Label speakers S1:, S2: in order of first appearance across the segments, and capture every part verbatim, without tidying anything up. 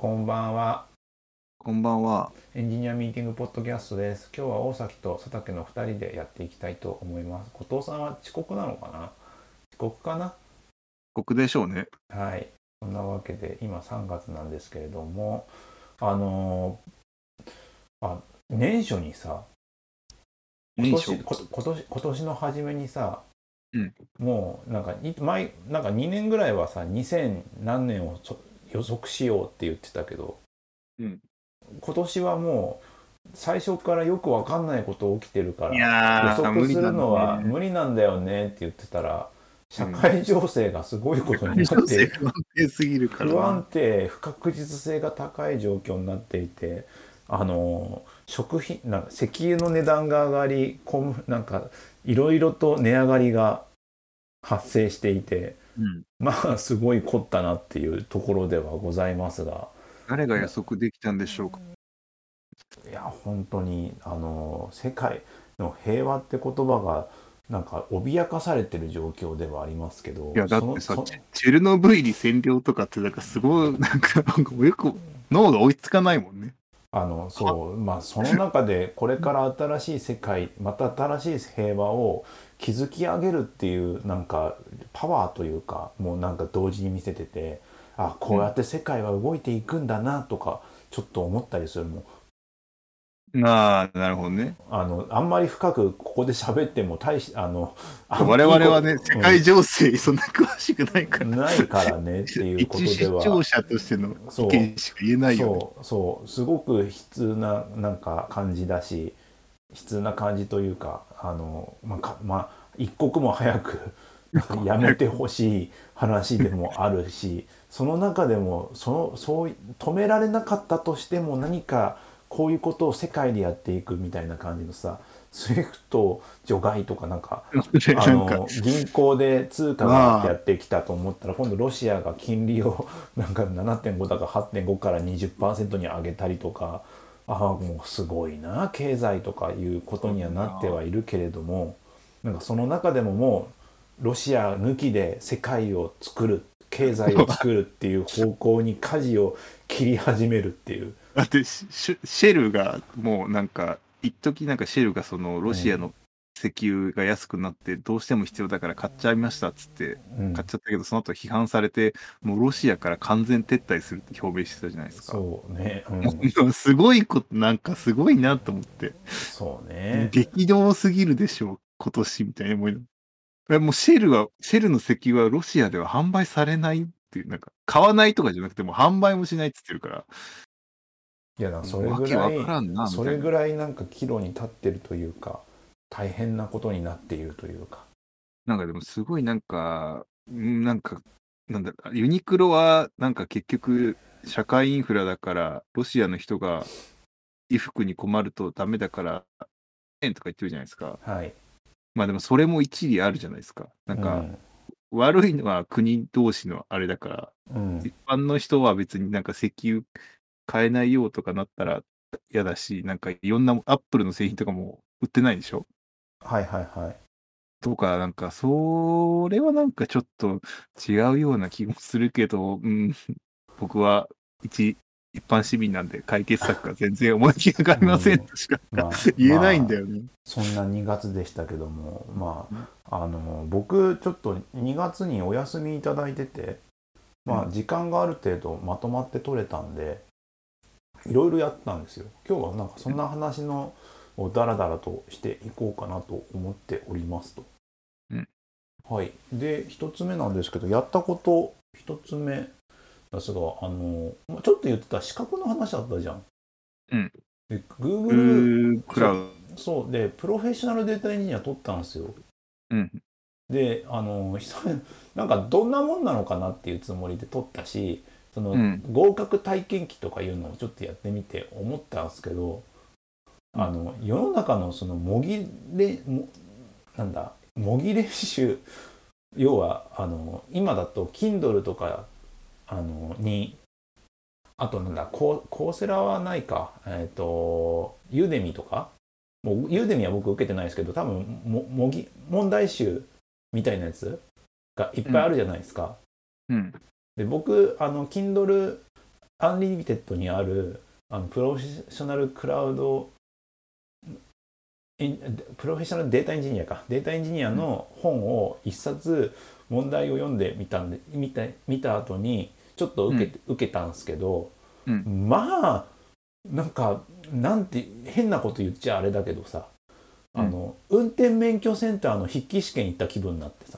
S1: こんばんは。
S2: こんばんは。
S1: エンジニアミーティングポッドキャストです。今日は大崎と佐竹のふたりでやっていきたいと思います。後藤さんは遅刻なのかな？遅刻かな？
S2: 僕でしょうね。
S1: はい。そんなわけで今さんがつなんですけれども、あのーあ、年初にさ、今
S2: 年初。
S1: 年、こ今年、今年の初めにさ、
S2: うん。
S1: もうなんかい前なんかにねんぐらいはさ、にせん何年をそ予測しようって言ってたけど、
S2: うん。
S1: 今年はもう最初からよくわかんないこと起きてるか
S2: い
S1: ら予
S2: やー、
S1: 測する
S2: 無理だ
S1: のは
S2: ね。
S1: 無理なんだよねって言ってたら、社
S2: うん。
S1: 会情勢がすごいことに
S2: 世界情勢
S1: なって、
S2: 不安定すぎるから
S1: 不安
S2: な。
S1: 定不確実性が高い状況になっていて、あの食品なんか石油の値段が上がり、小麦なんかいろいろと値上がりが発生していて、
S2: うん。
S1: まあすごい凝ったなっていうところではございますが、
S2: 誰が予測できたんでしょうか。
S1: いや本当にあの世界の平和って言葉がなんか脅かされてる状況ではありますけど、
S2: いや、だってさ、
S1: そのそ
S2: チェチェルノブイリ占領とかって、なんかすごい、なんか、なんかよく脳が追いつかないもんね。
S1: あの
S2: は
S1: そうまあその中でこれから新しい世界、また新しい平和を築き上げるっていうなんかパワーというか、もうなんか同時に見せてて、あこうや
S2: うん。
S1: って世界は動いていくんだなとかちょっと思ったりするもん。
S2: ああ、なるほどね。
S1: あのあんまり深くここで喋っても大しあのあん
S2: 我
S1: いいこ
S2: 々はね、世
S1: と、
S2: 界情勢にそんな詳しくないから、
S1: ないからねっていうこ
S2: 一視
S1: とでは、
S2: 聴者としての意
S1: そ
S2: 見しか言えな
S1: う
S2: いよね。
S1: そうそうすごく悲痛ななんか感じだし、悲痛な感じというか、あのまあか、まあ、一刻も早くなんかやめてほしい話でもあるし、その中でもそのそう止められなかったとしても何かこういうことを世界でやっていくみたいな感じのさ、スイフト除外とかなんか、あ
S2: なんか、
S1: の銀行で通貨がって
S2: まあ、
S1: やってきたと思ったら、今度ロシアが金利をなんかななてんごだかはってんごからにじゅっパーセントに上げたりとか、ああもうすごいな経済とかいうことにはなってはいるけれども、なんかその中でももうロシア抜きで世界を作る、経済を作るっていう方向に舵を切り始めるっていう。
S2: だってシュシェルがもうなんか一時なんかシェルがそのロシア
S1: うん
S2: の石油が安くなってどうしても必要だから買っちゃいましたっつって
S1: うん
S2: 買っちゃったけど、その後批判されてもうロシアから完全撤退するって表明してたじゃないですか。
S1: そうね、うん、
S2: もうすごいこと、なんかすごいなと思って、
S1: そう
S2: もう
S1: ね。
S2: 激動すぎるでしょう今年みたいな思いの。えもうシェルはシェルの石油はロシアでは販売されないっていう、なんか買わないとかじゃなくてもう販売もしないっつってるから、
S1: いやだそれ
S2: もうわけわか
S1: ぐらい
S2: らんなみたいな。
S1: それぐらいなんか岐路に立ってるというか、大変なことになっているというか。
S2: なんかでもすごいなんか、んなんか、なんだ、ユニクロはなんか結局社会インフラだから、ロシアの人が衣服に困るとダメだから、円とか言ってるじゃないですか。
S1: はい。
S2: まあでもそれも一理あるじゃないですか。なんか
S1: うん
S2: 悪いのは国同士のあれだから、
S1: うん
S2: 一般の人は別になんか石油買えないよとかなったら嫌だし、なんかいろんなアップルの製品とかも売ってないんでしょ
S1: はいはいはい。
S2: とか、なんか、それはなんかちょっと違うような気もするけど、うん、僕は一一般市民なんで解決策が全然思いつかありません
S1: うん、
S2: としか
S1: まあ
S2: 言えないん
S1: まあ
S2: だよね。
S1: そんなにがつでしたけども、ま
S2: うん。
S1: ああの僕ちょっとにがつにお休みいただいてて、まあ時間がある程度まとまって取れたんで、いろいろやったんですよ。今日はなんかそんな話のをダラダラとしていこうかなと思っておりますと。
S2: うん。
S1: はい。で、一つ目なんですけど、やったこと、一つ目ですが、あの、まあちょっと言ってた資格の話あったじゃん。
S2: うん。
S1: で、
S2: グ
S1: Google、
S2: ーク
S1: そう、
S2: ラウ
S1: そう、で、プロフェッショナルデータエンジニア取ったんですよ。
S2: ド。うん。
S1: で、あの、なんかどんなもんなのかなっていうつもりで取ったし、その
S2: うん。
S1: 合格体験記とかいうのをちょっとやってみて思ったんですけど、
S2: うん。
S1: あの、世の中のその模擬れ、もなんだ、模擬練習、要はあの今だと Kindle とかあのに、あとなんだココーセラはないか、えっ、とユーデミとか、もうユーデミは僕受けてないですけど、多分も模擬問題集みたいなやつがいっ
S2: うん。
S1: ぱいあるじゃないですか。
S2: うん。
S1: で僕あの Kindle アンリミテッドにあるあのプロフェッショナルクラウドプロフェッショナルデータエンジニアかデータエンジニアの本を一冊問題を読んでみたんで見た見た後にちょっと受け、うん、受けたんですけど、うん、まあなんかなんて変なこと言っちゃあれだけどさ、うん、あの運転免許センターの筆記試験行った気分になってさ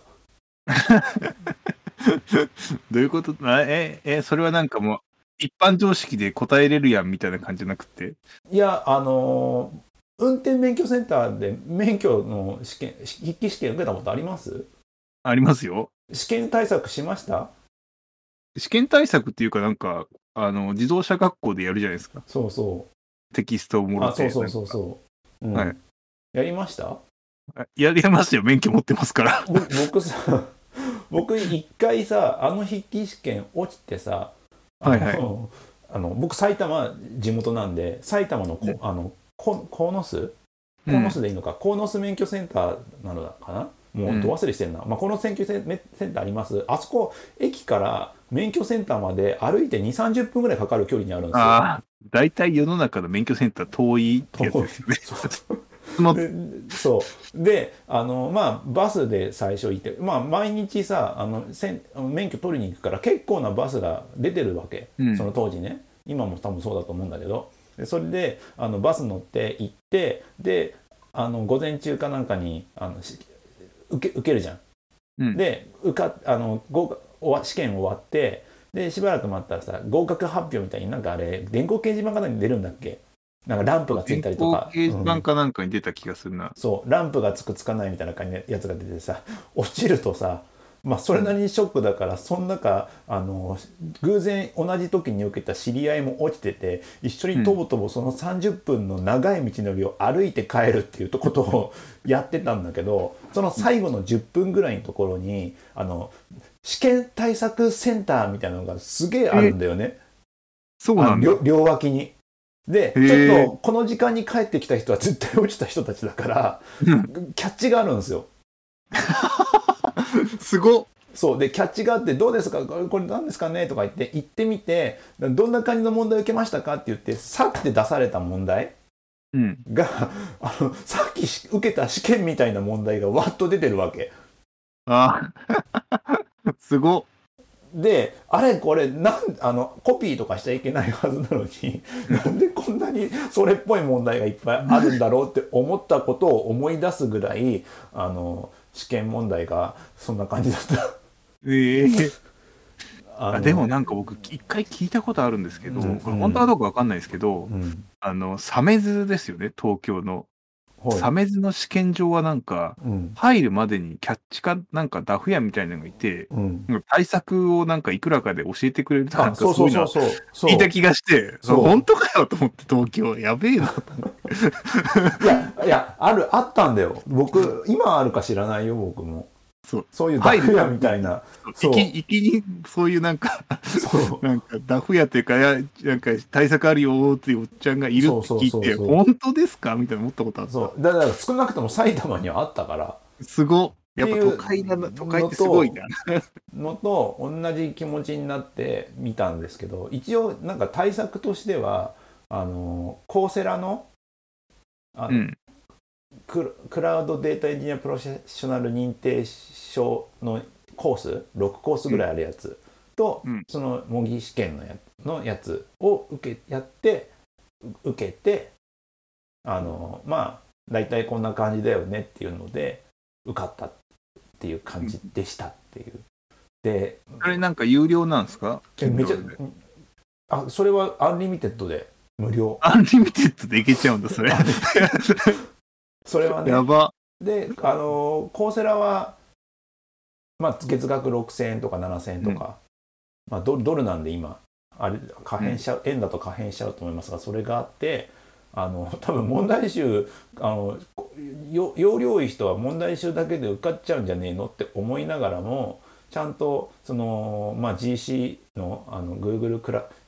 S2: どういうことええそれはなんかもう一般常識で答えれるやんみたいな感じじゃなくて、
S1: いやあの運転免許センターで免許の試験筆記試験受けたことあります？
S2: ありますよ。
S1: 試験対策しました？
S2: 試験対策っていうかなんかあの自動車学校でやるじゃないですか。
S1: そうそう。
S2: テキストをもろて。
S1: あ、そうそうそうそう。うん、はい。やりました？
S2: やりましたよ。免許持ってますから。
S1: 僕さ、僕一回さ、あの筆記試験落ちてさ、あの、はいはい、あの僕埼玉地元なんで、埼玉のこ、ね、あのこ鴻巣鴻巣でいいのか、鴻巣免許センターなのかな。もうど忘れしてんな、うん、まあ、この選挙センターあります。あそこ駅から免許センターまで歩いてにじゅう、さんじゅっぷんぐらいかかる距離にあるんですよ。
S2: ああ、大体世の中の免許センター遠いってやつですね。
S1: で, そうであのまあバスで最初行って、まあ、毎日さあの免許取りに行くから結構なバスが出てるわけ、うん、その当時ね。今も多分そうだと思うんだけど、でそれであのバス乗って行って、であの午前中かなんかにあの受け、受けるじゃん、うん、で受かあの合試験終わって、でしばらく待ったらさ合格発表みたいになんかあれ電光掲示板かなんかに出るんだっけ。なんかランプがついたりとか、
S2: 電光掲示板かなんかに出た気がするな、うん、
S1: そうランプがつくつかないみたいな感じのやつが出てさ、落ちるとさ、まあそれなりにショックだから、その中あの偶然同じ時に受けた知り合いも落ちてて、一緒にとぼとぼそのさんじゅっぷんの長い道のりを歩いて帰るっていうことをやってたんだけど、その最後のじゅっぷんぐらいのところにあの試験対策センターみたいなのがすげえあるんだよね。
S2: そうなんだ。
S1: 両脇にでちょっとこの時間に帰ってきた人は絶対落ちた人たちだからキャッチがあるんですよ。
S2: すごっ。
S1: そうでキャッチがあって、どうですかこれ何ですかねとか言って行ってみて、どんな感じの問題を受けましたかって言って、さって出された問題が、うん、あのさっき受けた試験みたいな問題がわっと出てるわけ。
S2: あすごっ。
S1: であれこれなんあのコピーとかしちゃいけないはずなのになんでこんなにそれっぽい問題がいっぱいあるんだろうって思ったことを思い出すぐらい、あの試験問題がそんな感じだった。
S2: ええー、あでもなんか僕一回聞いたことあるんですけど、うん、本当はどうか分かんないですけど、うん、あの鮫洲ですよね、東京の。鮫洲の試験場はなんか、うん、入るまでにキャッチかなんかダフ屋みたいなのがいて、うん、対策をなんかいくらかで教えてくれるとか、なんかそういうの聞いた気がして、本当かよと思って、東京やべえなと思って
S1: いやいやあるあったんだよ。僕今あるか知らないよ。僕もそう、そういうダフ屋みたいな、
S2: そう行きにそういうなんかそうなんかダフ屋っていうか、やなんか対策あるよっていうおっちゃんがいるって聞いて、本当ですかみたいな思ったことあった。
S1: そうだから少なくとも埼玉にはあったから。
S2: すごやっぱ都会だな、都会ってすごいな
S1: のと同じ気持ちになって見たんですけど、一応なんか対策としてはあのコーセラのあの、うんクラウドデータエンジニアプロフェッショナル認定証のコースろくコースぐらいあるやつと、うん、その模擬試験のやのやつを受けやって受けて、あのまあ大体こんな感じだよねっていうので受かったっていう感じでしたっていう。で
S2: あれなんか有料なんですか？
S1: めちゃあそれはアンリミテッドで無料。
S2: アンリミテッドでいけちゃうんだそれ
S1: それはね。
S2: やば。
S1: で、あのコーセラは、まあ、月額ろくせんえんとかななせんえんとか、うんまあ、ド, ドルなんで今あれ可変しちゃう、うん、円だと可変しちゃうと思いますが、それがあって、あの多分問題集あの要領いい人は問題集だけで受かっちゃうんじゃねえのって思いながらも、ちゃんとその、まあ、ジーシー の, あの Google クラ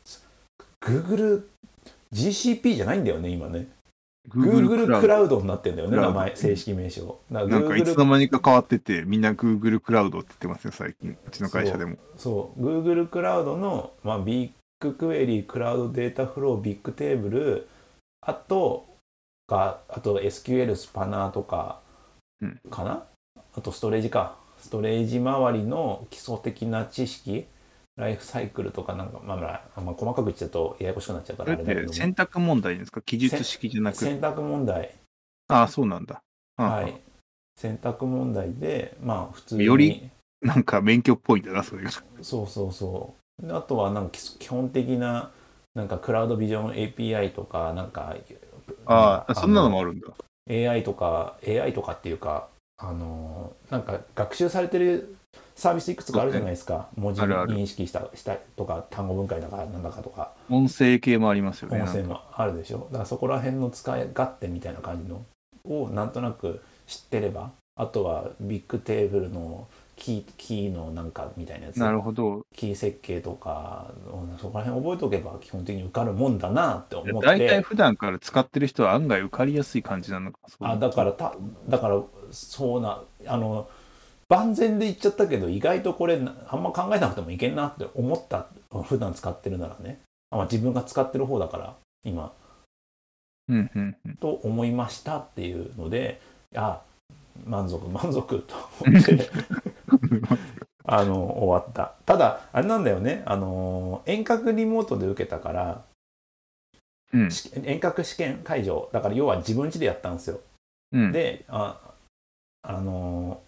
S1: Google ジーシーピー じゃないんだよね今ね。Google クラウドになってんだよね、名前、正式名称。
S2: なんかいつの間にか変わってて、みんな Google クラウドって言ってますよ、最近。うちの会社でも。
S1: そう、そう Google クラウドの、まあ、B グクエリ、クラウドデータフロー、ビッグテーブル、あとがあと エスキューエル スパナーとかかな、うん、あとストレージかストレージ周りの基礎的な知識、ライフサイクルとかなんか、まあまあ、あんま細かく言っちゃうとややこしくなっちゃうからあれだけども。
S2: 選択問題ですか？記述式じゃなくて。
S1: 選択問題。
S2: ああ、そうなんだ。
S1: はい。選択問題で、まあ普通に。
S2: よりなんか免許っぽいんだな、それが。
S1: そうそうそう。あとはなんか基本的な、なんかクラウドビジョン エーピーアイ とか、なんか、
S2: ああ、そんなのもあるんだ。
S1: エーアイ とか、エーアイ とかっていうか、あの、なんか学習されてるサービスいくつかあるじゃないですか。文字認識したしたとか、単語分解だかなんだかとか。
S2: 音声系もありますよね。
S1: 音声もあるでしょ。だからそこら辺の使い勝手みたいな感じのをなんとなく知ってれば、あとはビッグテーブルのキー、キーのなんかみたいなやつ。
S2: なるほど。
S1: キー設計とか、そこら辺覚えておけば基本的に受かるもんだなって思って。
S2: 大体普段から使ってる人は案外受かりやすい感じなのか。
S1: あ、だからた、だからそうな、あの、万全で言っちゃったけど、意外とこれあんま考えなくてもいけんなって思った。普段使ってるならね。まあ、自分が使ってる方だから、今。
S2: うんうんうん。
S1: と思いましたっていうので、あ、満足満足と思ってあの終わった。ただあれなんだよね、あの遠隔リモートで受けたから、うん、遠隔試験会場だから要は自分家でやったんですよ。うん、で、あ、あの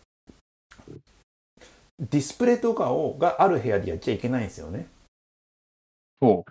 S1: ディスプレイとかをがある部屋でやっちゃいけないんですよね。
S2: そう。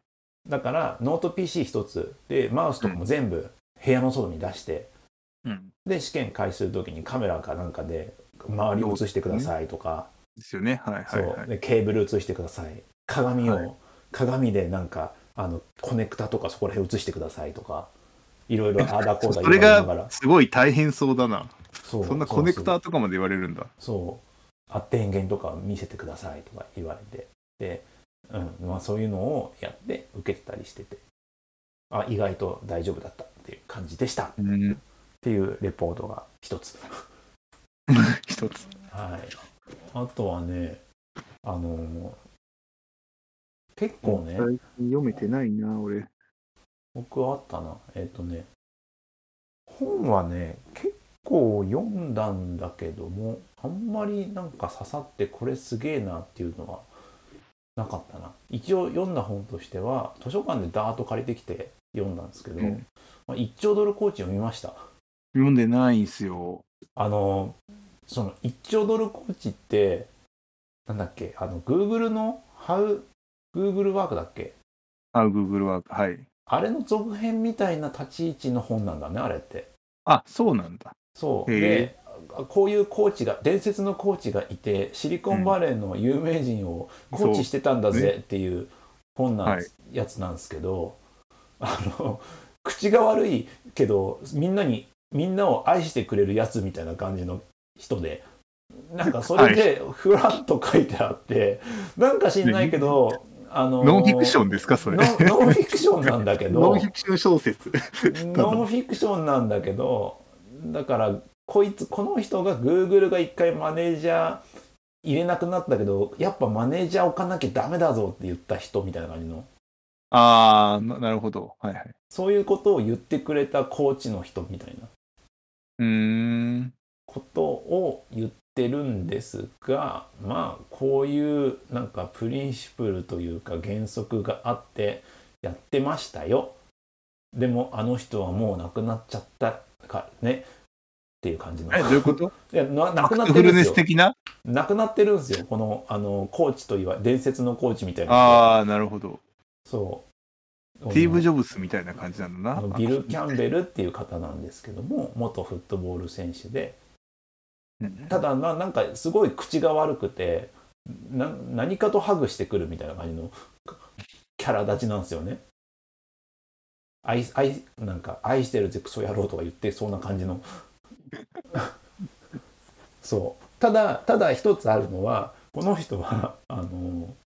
S1: だからノート ピーシー 一つでマウスとかも全部部屋の外に出して、うん、で試験開始するときにカメラかなんかで周りを映してくださいとか、
S2: ですよね。はいはい、はい、
S1: そうでケーブル映してください。鏡を、はい、鏡でなんかあのコネクタとかそこら辺映してくださいとか、いろいろあーだこうだ
S2: 言われながら。それがすごい大変そうだな。そうそんなコネクタとかまで言われるんだ。
S1: そうあ電源とか見せてくださいとか言われて、で、うんまあ、そういうのをやって受けてたりしてて、あ意外と大丈夫だったっていう感じでした、うん、っていうレポートが一つ
S2: 一つ。
S1: はい。あとはね、あのー、結構ね、
S2: 最近読めてないな俺。
S1: 僕はあったな。えっとね、本はね結構読んだんだけども、あんまりなんか刺さってこれすげえなっていうのはなかったな。一応読んだ本としては図書館でダーッと借りてきて読んだんですけど、うんまあ、いっちょうドルコーチ読みました。
S2: 読んでないんすよ。
S1: あのそのいっちょうドルコーチってなんだっけ、あの Google の How Google ワークだっけ。
S2: How Google ワーク、はい。
S1: あれの続編みたいな立ち位置の本なんだね、あれって。
S2: あ、そうなんだ。
S1: そうで、こういうコーチが伝説のコーチがいてシリコンバレーの有名人をコーチしてたんだぜっていう本なん、ね、やつなんですけど、あの口が悪いけどみんなにみんなを愛してくれるやつみたいな感じの人で、なんかそれでフラッと書いてあって、はい、なんか知んないけど、あのー、
S2: ノンフィクションですかそれ。
S1: ノンフィクションなんだけど
S2: ノンフィクション小説
S1: ノンフィクションなんだけど、だからこいつこの人が Google が一回マネージャー入れなくなったけどやっぱマネージャー置かなきゃダメだぞって言った人みたいな感じの。
S2: ああ な, なるほど、はいはい。
S1: そういうことを言ってくれたコーチの人みたいな
S2: うーん
S1: ことを言ってるんですが、まあこういうなんかプリンシプルというか原則があってやってましたよ。でもあの人はもう亡くなっちゃったからねっていう感じの。
S2: えどういうこと？
S1: いやな亡くなってるんですよ。
S2: 的な？
S1: 亡くなってるんですよ。このあのコーチといわ伝説のコーチみたいな。
S2: ああなるほど。
S1: そう。
S2: スティーブ・ジョブスみたいな感じなんだな。
S1: あのビル・キャンベルっていう方なんですけども、元フットボール選手で、ただな、なんかすごい口が悪くてな、何かとハグしてくるみたいな感じのキャラ立ちなんですよね。愛愛なんか愛してるぜクソ野郎とか言ってそうな感じのそう。ただただ一つあるのはこの人はあの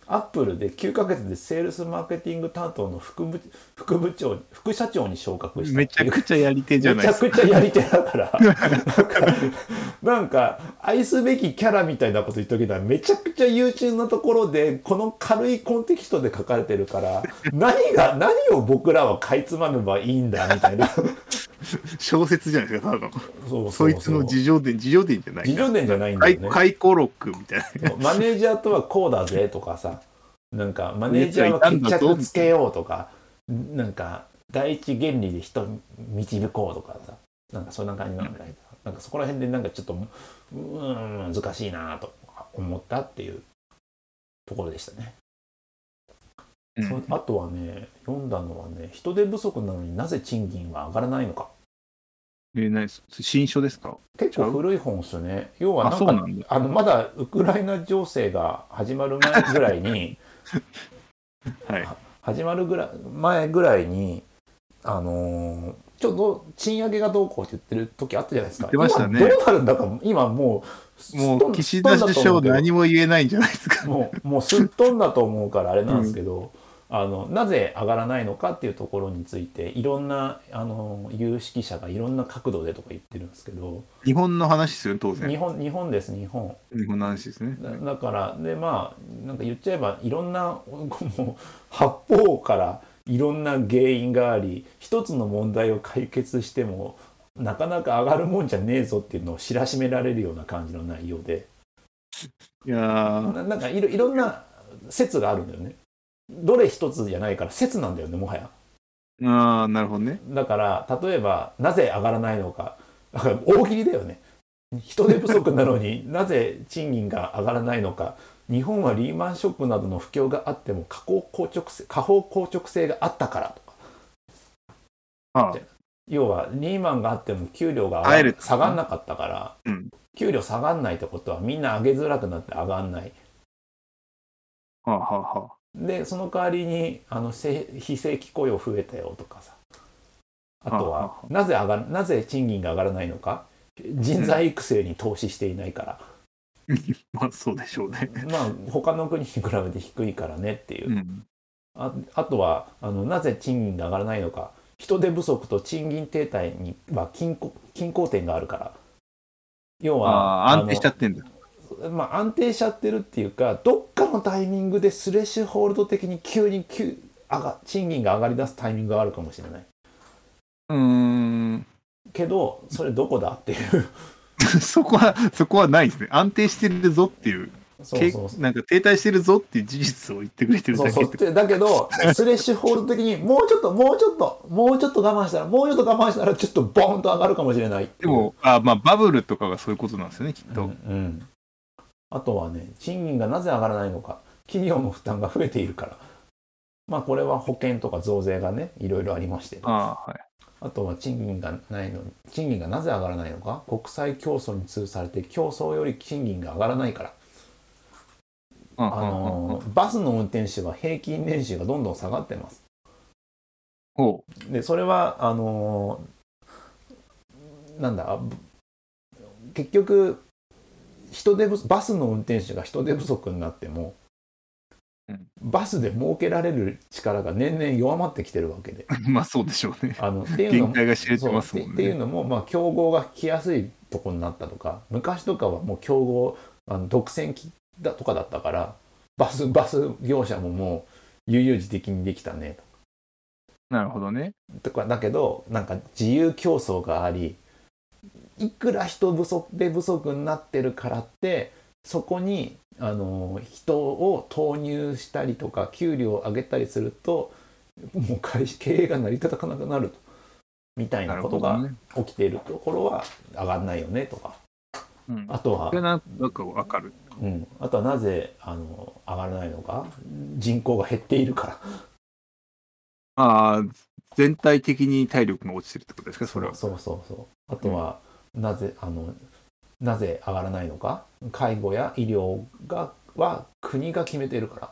S1: アップルできゅうかげつでセールスマーケティング担当の副部副部長副社長に昇格した
S2: めちゃくちゃやり手じゃないですか。
S1: めちゃくちゃやり手だからなんかなんか愛すべきキャラみたいなこと言っとけたらめちゃくちゃ優秀なところでこの軽いコンテキストで書かれてるから何が何を僕らはかいつまめばいいんだみたいな
S2: 小説じゃないですか、ただの。
S1: そうそうそう
S2: そいつの自叙伝、自叙伝じゃない。
S1: 自叙伝じゃないんだよね。
S2: 回顧録みたいな。
S1: マネージャーとはこうだぜとかさ、なんかマネージャーは決着つけようとか、なんか第一原理で人導こうとかさ、なんかそんな感じなんだけど、なんかそこら辺でなんかちょっとうーん難しいなと思ったっていうところでしたね。うん、あとはね、読んだのはね、人手不足なのになぜ賃金は上がらないのか。
S2: えー、何新書ですか？
S1: 結構古い本ですよね。要はなんか、あ、なんあのまだウクライナ情勢が始まる前ぐらいに、はい、始まるぐらい前ぐらいに、あのー、ちょっと賃上げがどうこうって言ってる時あったじゃないですか。
S2: 言ってましたね。
S1: 今どうなるんだか、今も
S2: う、もう岸田首相何も言えないんじゃないですか。
S1: もう、もうすっ飛んだと思うからあれなんですけど、うん、あのなぜ上がらないのかっていうところについていろんなあの有識者がいろんな角度でとか言ってるんですけど、
S2: 日本の話する当然
S1: 日本日本です日本
S2: 日本の話ですね。
S1: だ, だからでまあなんか言っちゃえばいろんなもう八方からいろんな原因があり一つの問題を解決してもなかなか上がるもんじゃねえぞっていうのを知らしめられるような感じの内容で、
S2: いやー
S1: な, なんかい ろ, いろんな説があるんだよね。どれ一つじゃないから説なんだよねもはや。
S2: ああなるほどね。
S1: だから例えばなぜ上がらないのか、だから大喜利だよね。人手不足なのになぜ賃金が上がらないのか。日本はリーマンショックなどの不況があっても下方硬直性下方硬直性があったからとか、はあ、要はリーマンがあっても給料が上がる下がんなかったから、うん、給料下がんないってことはみんな上げづらくなって上がんない。
S2: はあはあはあ、
S1: でその代わりにあの非正規雇用増えたよとかさ、あとはなぜ上がなぜ賃金が上がらないのか、人材育成に投資していないから、
S2: うん、まあそうでしょうね。
S1: まあ他の国に比べて低いからねっていう、うん、あ, あとはあのなぜ賃金が上がらないのか、人手不足と賃金停滞には均衡均衡点があるから、要は
S2: 安定しちゃってんだ。
S1: まあ、安定しちゃってるっていうか、どっかのタイミングでスレッシュホールド的に急に急上が賃金が上がり出すタイミングがあるかもしれない。
S2: うーん
S1: けどそれどこだっていう
S2: そこはそこはないですね。安定してるぞっていう、そうそうそう、なんか停滞してるぞっていう事実を言ってくれてるだけ。そうそう
S1: だけどスレッシュホールド的にもうちょっともうちょっともうちょっと我慢したらもうちょっと我慢したらちょっとボーンと上がるかもしれない。
S2: でもあ、まあ、バブルとかがそういうことなんですよねきっと。
S1: うん、うん、あとはね、賃金がなぜ上がらないのか、企業の負担が増えているから。まあこれは保険とか増税がねいろいろありまして、
S2: あ、はい、
S1: あとは賃金がないのに賃金がなぜ上がらないのか、国際競争に通されて競争より賃金が上がらないから。あのバスの運転手は平均年収がどんどん下がってます。
S2: ほ
S1: うでそれはあのなんだ結局人手不バスの運転手が人手不足になっても、うん、バスで儲けられる力が年々弱まってきてるわけで
S2: まあそうでしょうね。
S1: あのっていうのも
S2: 限界が知れてますもんね。
S1: っていうのも、まあ、競合が来やすいところになったとか、昔とかはもう競合あの独占だとかだったからバスバス業者ももう悠々自適にできたねと。
S2: なるほどね。
S1: とかだけどなんか自由競争があり、いくら人不足で不足になってるからってそこにあの人を投入したりとか給料を上げたりするともう会社経営が成り立たなくなるとみたいなことが起きているところは上がんないよねとか、うん、あとは
S2: それなんか分かる、
S1: うん、あとはなぜあの上がらないのか、人口が減っているから。
S2: ああ全体的に体力が落ちてるってことですか、それは。
S1: そうそうそう。あとは、うん、なぜあのなぜ上がらないのか、介護や医療がは国が決めているから。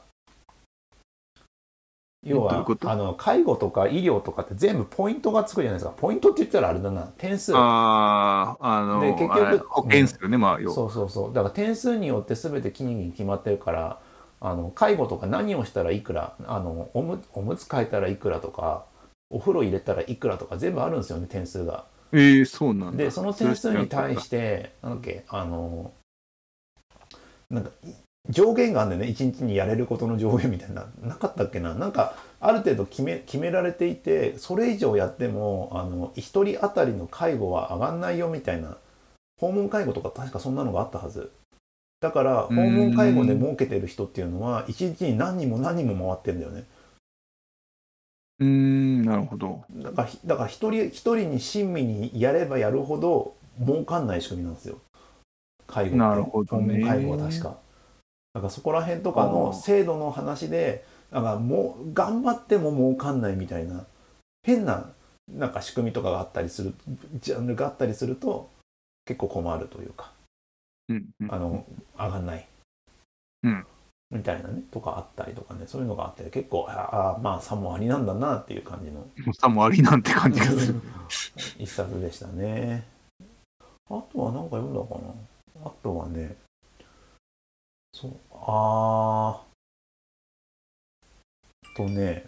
S1: 要はあの介護とか医療とかって全部ポイントがつくじゃないですか。ポイントって言ったらあれだな、点数。
S2: ああ、あので結局保険ですよね、まあ要は。
S1: そうそうそう。だから点数によって全て金に決まってるから、 あの介護とか何をしたらいくら、あのおむおむつ替えたらいくらとか、お風呂入れたらいくらとか全部あるんですよね、点数が。
S2: えー、そうなんだ。
S1: でその点数に対し
S2: て。
S1: てなんだっけ、あのなんか上限があるんだよね。いちにちにやれることの上限みたいな、なかったっけな。なんかある程度決め決められていて、それ以上やってもあのひとり当たりの介護は上がんないよみたいな、訪問介護とか確かそんなのがあったはず。だから訪問介護で儲けてる人っていうのはいちにちに何人も何人も回ってんだよね。
S2: うーん、なるほど。
S1: だからだから一人一人に親身にやればやるほど儲かんない仕組みなんですよ、介護って。
S2: なるほどね。
S1: 訪問介護は確か。だからそこら辺とかの制度の話で、だからもう頑張っても儲かんないみたいな変ななんか仕組みとかがあったりする、ジャンルがあったりすると結構困るというか、
S2: うんうん、
S1: あの上がんない、
S2: うん、
S1: みたいなねとかあったりとかね、そういうのがあって結構ああまあ差もありなんだなっていう感じの
S2: 差もありなんて感じがする。
S1: 一冊でしたね。あとは何か読んだかな。あとはね、そう、あーとね、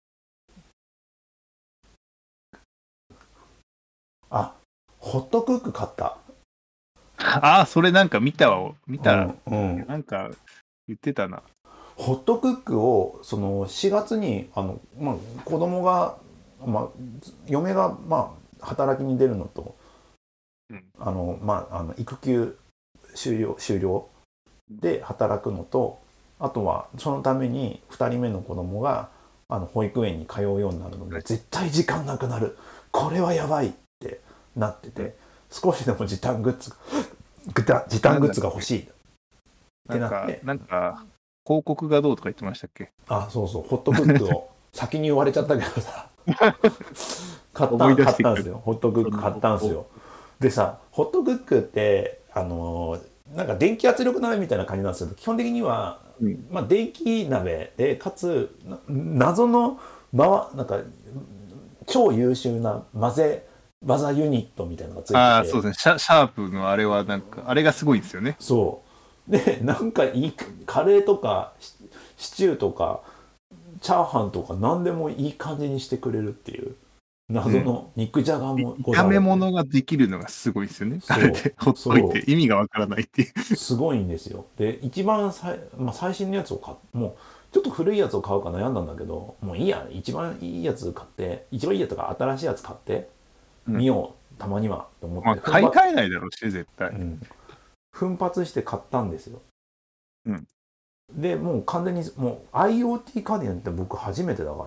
S1: あ、ホットクック買った。
S2: ああ、それなんか見たわ。見た、
S1: うんうん、
S2: なんか言ってたな。
S1: ホットクックをそのしがつにあの、まあ、子供が、まあ、嫁が、まあ、働きに出るのと、
S2: うん、
S1: あの、まあ、あの育休終了終了で働くのと、あとはそのためにふたりめの子供があの保育園に通うようになるので、絶対時間なくなる、これはやばいってなってて、少しでも時短グッズ時短グッズが欲しいってなって、
S2: なんか、なんか広告がどうとか言ってましたっけ。
S1: あ、そうそう、ホットクックを先に言われちゃったけどさ買った
S2: 思い出してくる
S1: 買ったんですよ。ホットクック買ったんですよ。でさ、ホットクックってあのーなんか電気圧力鍋みたいな感じなんですけど、基本的には、
S2: うん、
S1: まあ、電気鍋でかつ謎のまなんか超優秀な混ぜ技ユニットみたいなのがついてて、
S2: ああ、そうですねシャ。シャープのあれはなんか、あれがすごいですよね。
S1: そうで、なんかいいカレーとかシチューとかチャーハンとか何でもいい感じにしてくれるっていう謎の肉じゃがもござ
S2: 炒
S1: る、
S2: め物ができるのがすごいですよね。
S1: そう
S2: あれでほっといて意味がわからないっていう。
S1: すごいんですよ。で一番さい、まあ、最新のやつを買っもうちょっと古いやつを買うか悩んだんだけど、もういいや、一番いいやつ買って一番いいやつが新しいやつ買ってみよう、うん、たまにはと思って、
S2: まあ、買い替えないだろうし絶対、
S1: うん、奮発して買ったんですよ。
S2: うん、
S1: でもう完全にもう IoT 家電って僕初めてだから、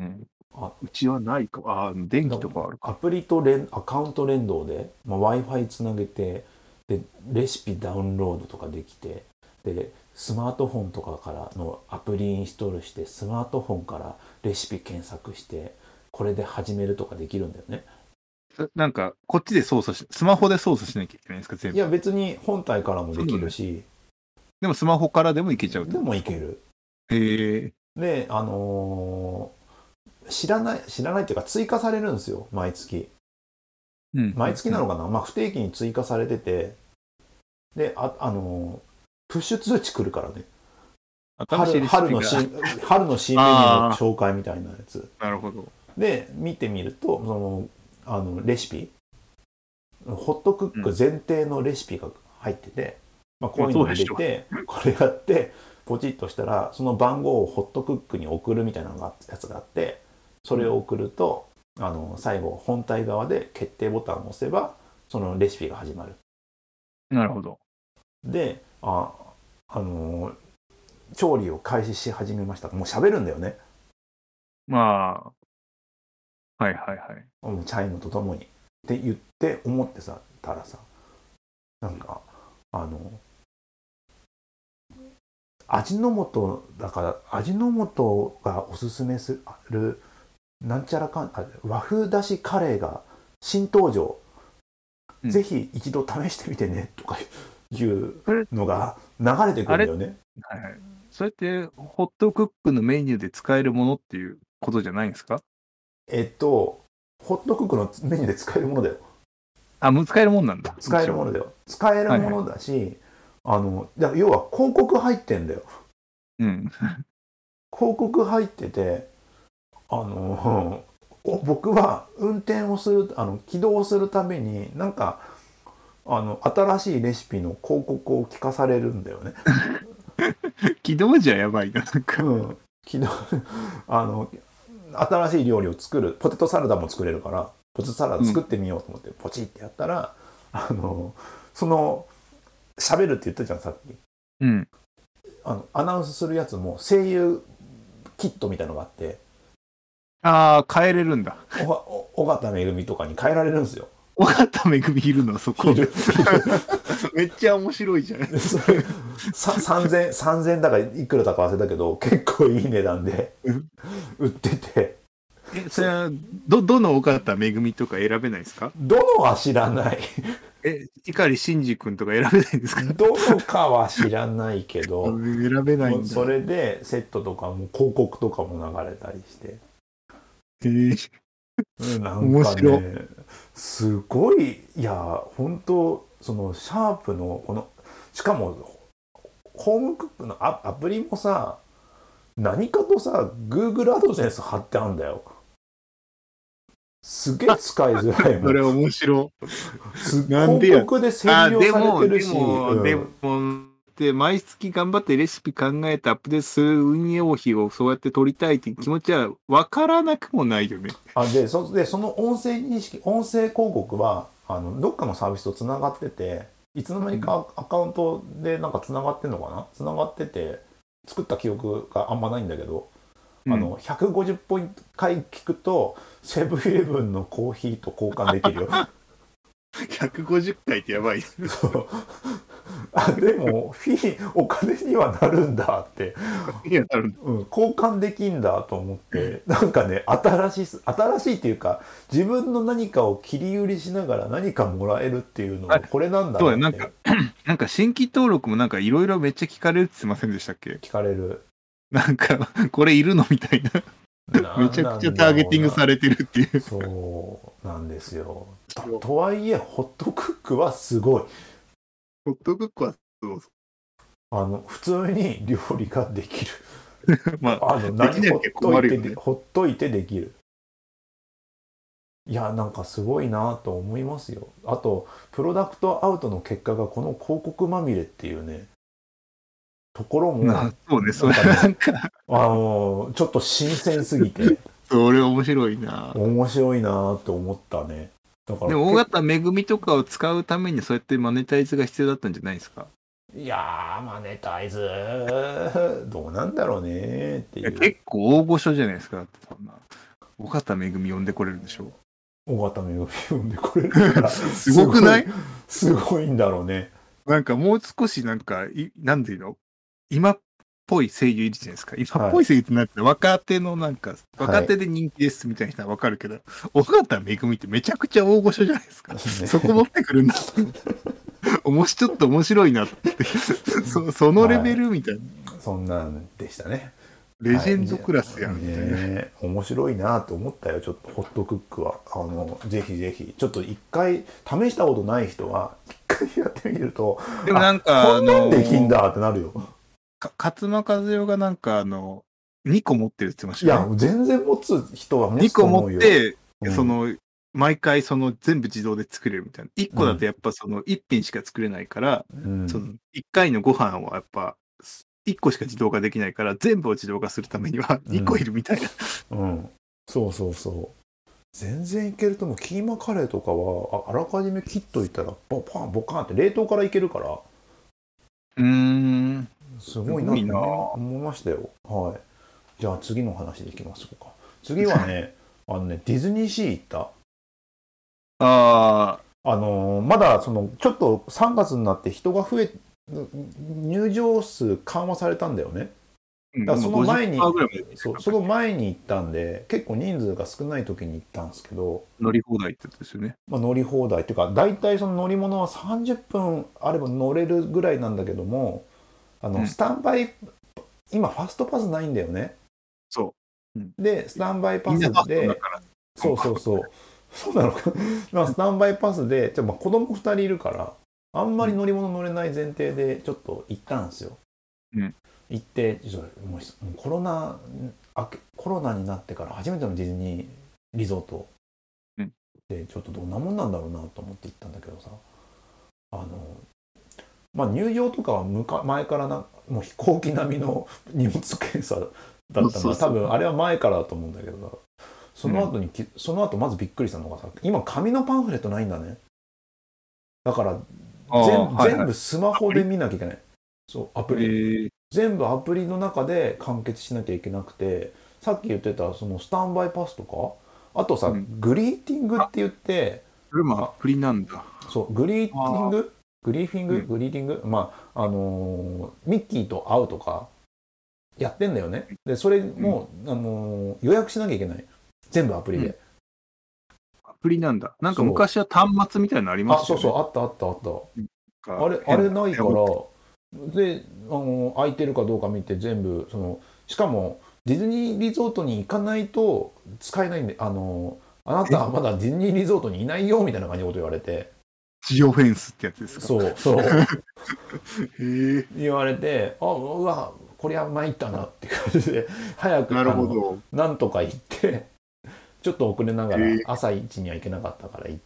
S2: うん、あうちはないか。あ電気とかあるか。
S1: アプリと連アカウント連動で、まあ、Wi-Fi つなげて、でレシピダウンロードとかできて、でスマートフォンとかからのアプリインストールして、スマートフォンからレシピ検索してこれで始めるとかできるんだよね。
S2: なんかこっちで操作しスマホで操作しなきゃいけないんですか全部。
S1: いや別に本体からもできるし、
S2: でもスマホからでもいけちゃう。
S1: でもいける。
S2: へえ。
S1: であのー、知らない知らないっていうか追加されるんですよ、毎月。うん、毎月なのかな、まあ不定期に追加されてて、でああのー、プッシュ通知来るからね。春, 春の新春の新メニューの紹介みたいなやつ。
S2: なるほど。
S1: で見てみるとそのあのレシピ、ホットクック前提のレシピが入ってて、うん、まあ、こういうのを入れてこれやってポチッとしたらその番号をホットクックに送るみたいなのがやつがあって、それを送ると、うん、あの最後本体側で決定ボタンを押せばそのレシピが始まる。
S2: なるほど。
S1: でああのー調理を開始し始めました。もう喋るんだよね。
S2: まあはいはいはい。
S1: もうチャイムとともにって言って思ってさたらさ、なんかあの味の素だから味の素がおすすめするなんちゃらかん和風だしカレーが新登場、うん、ぜひ一度試してみてねとかいうのが流れてくるんだよね。
S2: はいはい。それってホットクックのメニューで使えるものっていうことじゃないんですか？
S1: えっとホットクックのメニューで使えるものだよ。
S2: あ、もう使えるもんなんだ。
S1: 使えるものだよ。使えるものだし、はいはい、 あのだ要は広告入ってんだよ。
S2: うん。
S1: 広告入ってて、あの僕は運転をするあの起動するためになんかあの新しいレシピの広告を聞かされるんだよね。
S2: 起動じゃやばいな、なんか。
S1: うん。起動あの新しい料理を作る、ポテトサラダも作れるからポテトサラダ作ってみようと思ってポチってやったら、うん、あのその喋るって言ったじゃんさっき。
S2: うん。
S1: あのアナウンスするやつも声優キットみたいのがあって、
S2: ああ、変えれるんだ。
S1: 尾形めぐみとかに変えられるんですよ。
S2: 尾形めぐみいるのそこ。いるめっちゃ面白いじゃん。
S1: それさんぜん、さんぜんだかいくらだか忘れたけど結構いい値段で売ってて。
S2: え、それはどどの尾形めぐみとか選べないですか？
S1: どのは知らない。
S2: え、碇シンジ君とか選べないんですか？
S1: どのかは知らないけど
S2: 選べないんだ。
S1: それでセットとかも広告とかも流れたりして、
S2: えー、
S1: なんかねすごい、いや本当そのシャープのこのしかもホームクックの ア, アプリもさ、何かとさ Google アドセンス貼ってあんだよ。すげえ使いづらいもん。
S2: それ面白
S1: い。広告で占領されてるし。
S2: でも、でも、うん、でも毎月頑張ってレシピ考えてアップデートする運用費をそうやって取りたいっていう気持ちは分からなくもないよね。
S1: あで そ, でその音声認識、音声広告はあのどっかのサービスとつながってて、いつの間にかアカウントでなんかつながってんのかな、つながってて作った記憶があんまないんだけど、うん、あのひゃくごじゅっぽい回聞くとセブンイレブンのコーヒーと交換できるよ。
S2: ひゃくごじゅっかいってやばい。
S1: そうあでもフィーお金にはなるんだって、
S2: いやなる、
S1: うん、交換できんだと思って、なんかね新しい新しいっていうか自分の何かを切り売りしながら何かもらえるっていうのはこれなんだなって。
S2: なんかなんか新規登録もなんかいろいろめっちゃ聞かれるって言ってませんでしたっけ？
S1: 聞かれる。
S2: なんかこれいるのみたいな。めちゃくちゃターゲティングされてるっていう。
S1: そうなんですよ。と, とはいえホットクックはすごい。
S2: ホットクックはそう
S1: あの普通に料理ができる。
S2: まあ、
S1: あの何ほっといて、ね、ほっといてできる。いやなんかすごいなと思いますよ。あとプロダクトアウトの結果がこの広告まみれっていうねところも、
S2: そうね、それなんか
S1: あのちょっと新鮮すぎて
S2: それ面白いな
S1: 面白いなと思ったね。
S2: だからでも大型めぐみとかを使うためにそうやってマネタイズが必要だったんじゃないですか？
S1: いやーマネタイズどうなんだろうねっていう。
S2: 結構大御所じゃないですか。だってそんな大型めぐみ呼んでこれるでしょ。
S1: 大型めぐみ呼んでこれるから
S2: すごくない？
S1: すごいんだろうね。
S2: なんかもう少しなんかいなんていうの今っぽい声優いるじゃないですか。今っぽい声優ってなって、はい、若手のなんか若手で人気ですみたいな人はわかるけど、大型めぐみってめちゃくちゃ大御所じゃないですか。ね、そこ持ってくるんだ。おもしちょっと面白いなってそ, そのレベルみたいな、
S1: はい、そんなんでしたね。
S2: レジェンドクラスやんみたいな、はい
S1: ね、面白いなと思ったよ。ちょっとホットクックはあのぜひぜひちょっと一回試したことない人は一回やってみると、
S2: でもなんか
S1: こんなんできんだってなるよ。
S2: 勝間和代がなんかあのにこ持ってるって言ってましたね。
S1: いや全然持つ人は持つと思うよ。
S2: にこ持って、うん、その毎回その全部自動で作れるみたいな。いっこだとやっぱそのいっ品しか作れないから、うん、そのいっかいのご飯はやっぱいっこしか自動化できないから全部を自動化するためにはにこいるみたいな、
S1: うんうん、そうそうそう全然いけると思う。キーマカレーとかは あ, あらかじめ切っといたらボパンボカンって冷凍からいけるから、
S2: うーん
S1: すごいなって思いましたよ。はい。じゃあ次の話でいきましょうか。次はねあのねディズニーシー行った。
S2: あ
S1: あのー、まだそのちょっとさんがつになって人が増え入場数緩和されたんだよね。だからその前にそ, その前に行ったんで結構人数が少ない時に行ったんですけど、
S2: 乗り放題ってことですよね。
S1: まあ、乗り放題っていうか大体その乗り物はさんじゅっぷんあれば乗れるぐらいなんだけども、あの、うん、スタンバイ今ファストパスないんだよね。
S2: そう、うん、
S1: でスタンバイパスでそうそうそうそうなのかスタンバイパスでじゃあまあ子供ふたりいるからあんまり乗り物乗れない前提でちょっと行ったんですよ。
S2: うん、
S1: 行ってもうコロナあコロナになってから初めてのディズニーリゾートでちょっとどんなもんなんだろうなと思って行ったんだけどさ、あのまあ入場とかはむか前からなもう飛行機並みの荷物検査だったのは多分あれは前からだと思うんだけどさ、その後に、うん、その後まずびっくりしたのがさ、今紙のパンフレットないんだね。だから全、はいはい、全部スマホで見なきゃいけない。そうアプリ、全部アプリの中で完結しなきゃいけなくて、さっき言ってたそのスタンバイパスとか、あとさ、うん、グリーティングって言って、
S2: それもアプリなんだ。
S1: そうグリーティンググリーフィング、うん、グリーティング、まああのー、ミッキーと会うとかやってんだよね。でそれも、うん、あのー、予約しなきゃいけない。全部アプリで、うん、
S2: アプリなんだ。なんか昔は端末みたいなのありましたよね。
S1: あ、そうそう、あったあったあった、うん、あれあれないからで、あの空いてるかどうか見て全部その、しかもディズニーリゾートに行かないと使えないんで、あのあなたはまだディズニーリゾートにいないよみたいな感じのこと言われて、
S2: ジオフェンスってやつですか。
S1: そうそう
S2: へ
S1: 言われて、あうわこりゃ参ったなって感じで早く
S2: なるほど
S1: なんとか行ってちょっと遅れながら朝一には行けなかったから行って、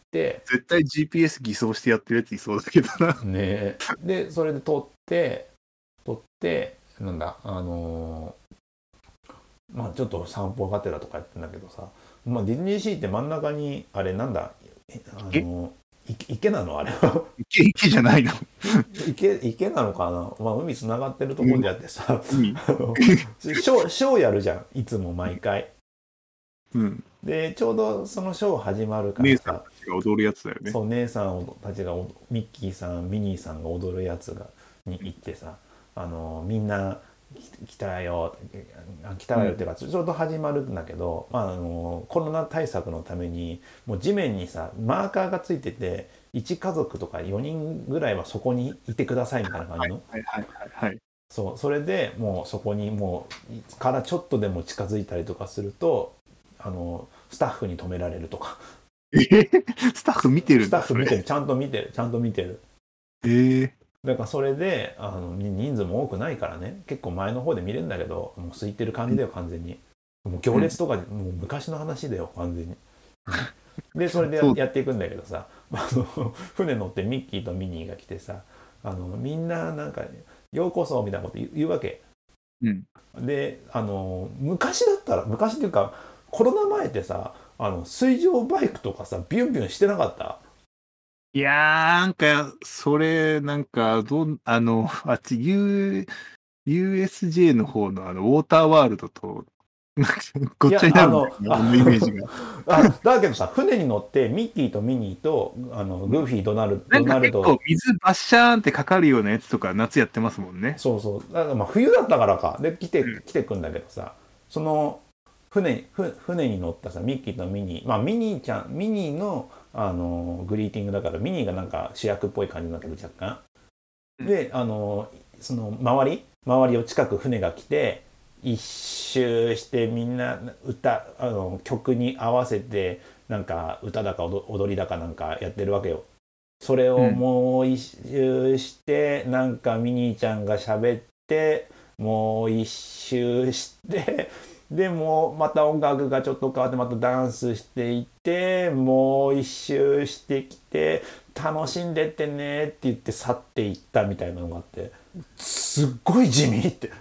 S2: 絶対 ジーピーエス 偽装してやってるやついそうだけどな
S1: ね。でそれで撮って撮ってなんだあのー、まあちょっと散歩がてらとかやってんだけどさ、まあ、ディズニーシーって真ん中にあれなんだあの池なのあれは
S2: 池池じゃないの
S1: 池池なのかな、まあ、海つながってるところであってさ、うん、ショーショーやるじゃんいつも毎回、うん、でちょうどそのショー始まるからさ、姉
S2: さんたちが踊るやつだよね。
S1: そう姉さんたちがミッキーさんミニーさんが踊るやつがに行ってさ、あのみんな来たよ来たよっていうか、ちょうど始まるんだけど、まあ、あのコロナ対策のためにもう地面にさマーカーがついてていち家族とかよにんぐらいはそこにいてくださいみたいな感じの、
S2: はいはいはいはい、
S1: そうそれでもうそこにもうからちょっとでも近づいたりとかするとあのスタッフに止められるとか
S2: スタッフ見てるんだ。
S1: スタッフ見てる、ちゃんと見てるちゃんと見てる。
S2: えー
S1: だからそれであの人数も多くないからね、結構前の方で見れるんだけど、もう空いてる感じだよ完全に、もう行列とかで、うん、もう昔の話だよ完全にでそれで や, やっていくんだけどさ、あの船乗ってミッキーとミニーが来てさ、あのみんななんかようこそみたいなこと言うわけ、うん、であの昔だったら昔っていうかコロナ前ってさ、あの水上バイクとかさビュンビュンしてなかった？
S2: いやー、なんか、それ、なんか、どん、あの、あっち、U、ユーエスジェー の方の、あの、ウォーターワールドと、ごっちゃになるんだよね、あのイメージが。
S1: あだけどさ、船に乗って、ミッキーとミニーと、あの、グーフィー、ドナルド、
S2: なんか結構、水バッシャーンってかかるようなやつとか、夏やってますもんね。
S1: そうそう。だからまあ、冬だったからか。で、来て、うん、来てくんだけどさ、その、船、船に乗ったさ、ミッキーとミニー、まあ、ミニーちゃん、ミニーの、あのグリーティングだからミニーがなんか主役っぽい感じだけど若干、うん、であのその周り周りを近く船が来て一周してみんな歌あの曲に合わせてなんか歌だか踊りだかなんかやってるわけよ。それをもう一周して、うん、なんかミニーちゃんが喋ってもう一周してでもまた音楽がちょっと変わってまたダンスしていってもう一周してきて楽しんでってねって言って去っていったみたいなのがあって、すっごい地味って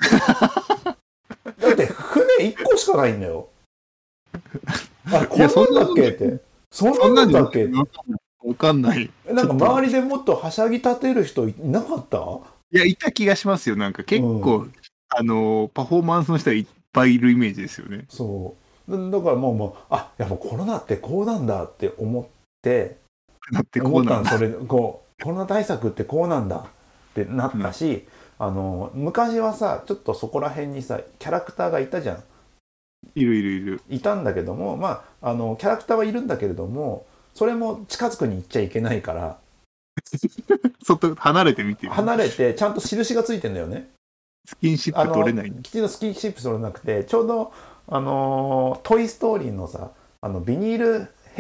S1: だって船いっこしかないんだよ。あこんなんだっけってそんなんだっけって
S2: わかんない。
S1: なんか周りでもっとはしゃぎ立てる人いなかった？
S2: いやいた気がしますよ。なんか結構、うん、あのパフォーマンスの人はいっぱいいるイメージですよね。
S1: そうだからもうもうあやっぱコロナってこうなんだって思って
S2: なってこうなんだ
S1: それこうコロナ対策ってこうなんだってなったし、うん、あの昔はさちょっとそこら辺にさキャラクターがいたじゃん。
S2: いるいるいる
S1: いたんだけども、まああのキャラクターはいるんだけれどもそれも近づくに行っちゃいけないから
S2: 外離れてみてる。
S1: 離れてちゃんと印がついてんだよね。
S2: スキンシップ取れない。
S1: きちんとスキンシップ取れなくてちょうどあのトイストーリーのさあのビニール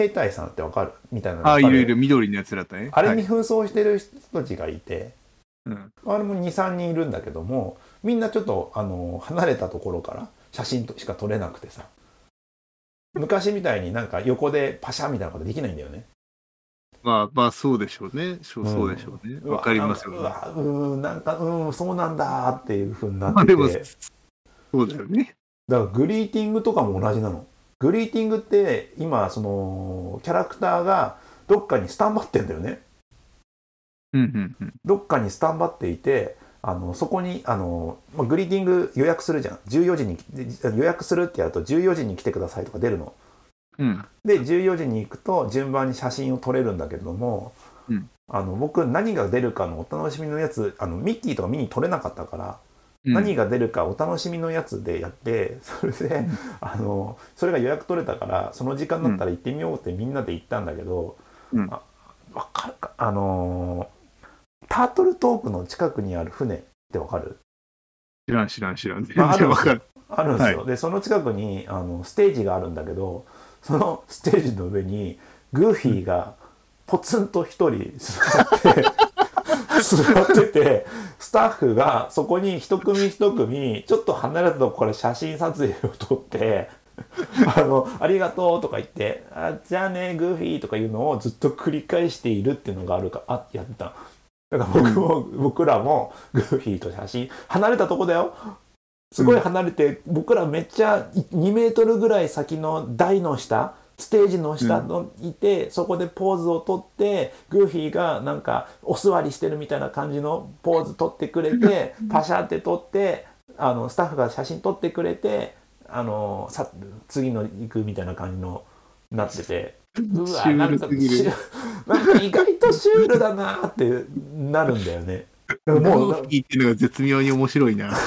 S1: 兵隊さんってわかるみたいなの
S2: ああ、
S1: わかる
S2: いろいろ緑のやつらだね。
S1: あれに
S2: はい、
S1: 紛争してる人たちがいて、
S2: うん、
S1: あれもにさんにんいるんだけども、みんなちょっとあの離れたところから写真しか撮れなくてさ、昔みたいになんか横でパシャみたいなことできないんだよね。
S2: まあまあそうでしょうね。そう
S1: うん
S2: そうでしょうね。
S1: うわ
S2: わかりますよね。
S1: うわうーんなんかうんそうなんだっていう風にな
S2: まあでも
S1: ってて、
S2: そうだよね。
S1: だからグリーティングとかも同じなの。グリーティングって今そのキャラクターがどっかにスタンバってんだよね。
S2: うんうんうん。
S1: どっかにスタンバっていて、あのそこにあの、まあ、グリーティング予約するじゃん。じゅうよじに予約するってやるとじゅうよじに来てくださいとか出るの。
S2: うん、
S1: でじゅうよじに行くと順番に写真を撮れるんだけれども、
S2: うん、
S1: あの僕何が出るかのお楽しみのやつ、あのミッキーとか見に撮れなかったから、
S2: うん、
S1: 何が出るかお楽しみのやつでやって、それで、
S2: うん、
S1: あのそれが予約取れたからその時間だったら行ってみようってみんなで行ったんだけど、
S2: うん、
S1: あわかるか、あのタートルトークの近くにある船ってわかる？
S2: 知らん知らん知らん。全
S1: まああるんですよ
S2: 然わかる。
S1: あるんですよ、
S2: はい、
S1: でその近くにあのステージがあるんだけど、そのステージの上にグーフィーがポツンと一人座って座ってて、スタッフがそこに一組一組ちょっと離れたところから写真撮影を撮ってあのありがとうとか言ってあじゃあねグーフィーとかいうのをずっと繰り返しているっていうのがあるかあやってた。だから僕も、うん、僕らもグーフィーと写真離れたとこだよ、すごい離れて、うん、僕らめっちゃにメートルぐらい先の台の下ステージの下のいて、うん、そこでポーズをとってグーフィーがなんかお座りしてるみたいな感じのポーズ撮ってくれてパシャって撮ってあのスタッフが写真撮ってくれてあのさ次の行くみたいな感じのなってて、うわなんかなんか意外とシュールだなってなるんだよね。
S2: もう聞いてるのが絶妙に面白いな。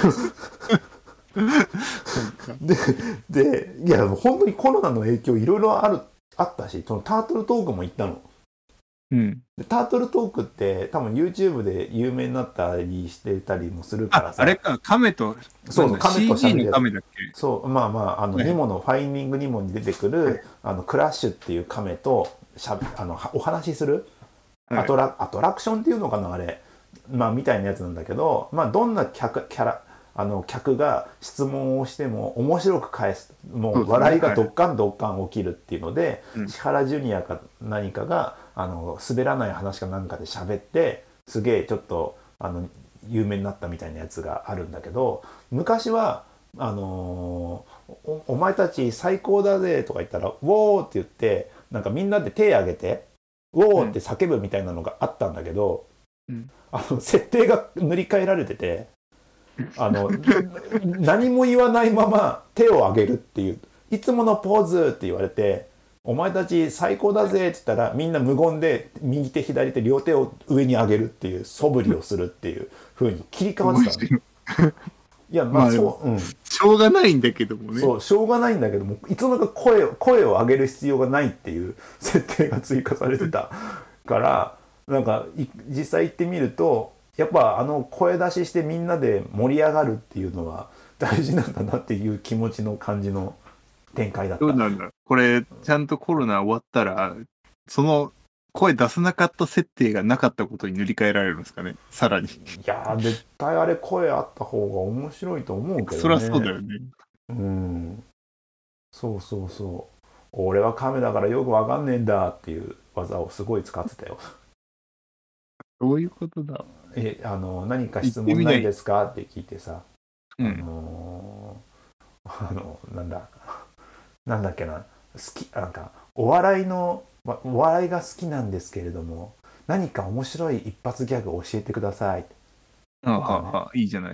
S1: で, でいや本当にコロナの影響いろいろあるあったし、そのタートルトークも行ったの。
S2: うん、
S1: でタートルトークって多分 YouTube で有名になったりしてたりもするからさ。
S2: あ, あれか亀と
S1: そうそう亀と
S2: シージー の亀だっけ。
S1: そうまあまああの、ね、ニモのファインディングニモに出てくる、はい、あのクラッシュっていう亀としゃあのお話しする、はい、アトラアトラクションっていうのかなあれ、まあみたいなやつなんだけど、まあどんな客キャラあの客が質問をしても面白く返す、もう笑いがドッカンドッカン起きるっていうので、はい、千原ジュニアか何かがあの滑らない話かなんかで喋ってすげえちょっとあの有名になったみたいなやつがあるんだけど、昔はあのー、お, お前たち最高だぜとか言ったらウォーって言ってなんかみんなで手挙げてウォーって叫ぶみたいなのがあったんだけど、うん、あの設定が塗り替えられてて、あの何も言わないまま手を挙げるっていう、いつものポーズって言われてお前たち最高だぜって言ったらみんな無言で右手左手両手を上に上げるっていう素振りをするっていう風に切り替わってたの。いやまあそう、うん、し
S2: ょうがないんだけどもね。
S1: そうしょうがないんだけども、いつの間にか声を声を上げる必要がないっていう設定が追加されてたからなんか実際行ってみるとやっぱあの声出ししてみんなで盛り上がるっていうのは大事なんだなっていう気持ちの感じの展開だった。
S2: どうなんだこれ、ちゃんとコロナ終わったらその声出さなかった設定がなかったことに塗り替えられるんですかね、さらに。い
S1: や絶対あれ声あった方が面白いと思うけどね。
S2: そりゃそうだよね。
S1: うんそうそうそう、俺は亀だからよくわかんねえんだっていう技をすごい使ってたよ。
S2: どういうことだ。
S1: えあの何か質問ないですかって聞いてさ、
S2: うん、
S1: あのー、あのなんだなんだっけな、好きなんかお笑いのお笑いが好きなんですけれども何か面白い一発ギャグを教えてください。
S2: ああ、ね、ああいいじゃない。